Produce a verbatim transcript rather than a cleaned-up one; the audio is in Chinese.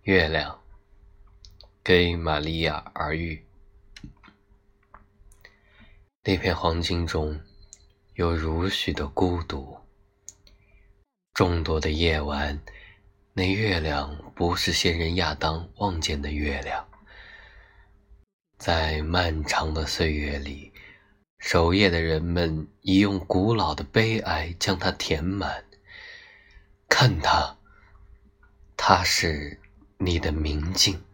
月亮，给玛利亚而喻。那片黄金中有如许的孤独，众多的夜晚，那月亮不是先人亚当望见的月亮。在漫长的岁月里，守夜的人们已用古老的悲哀将它填满。看它，它是你的明镜。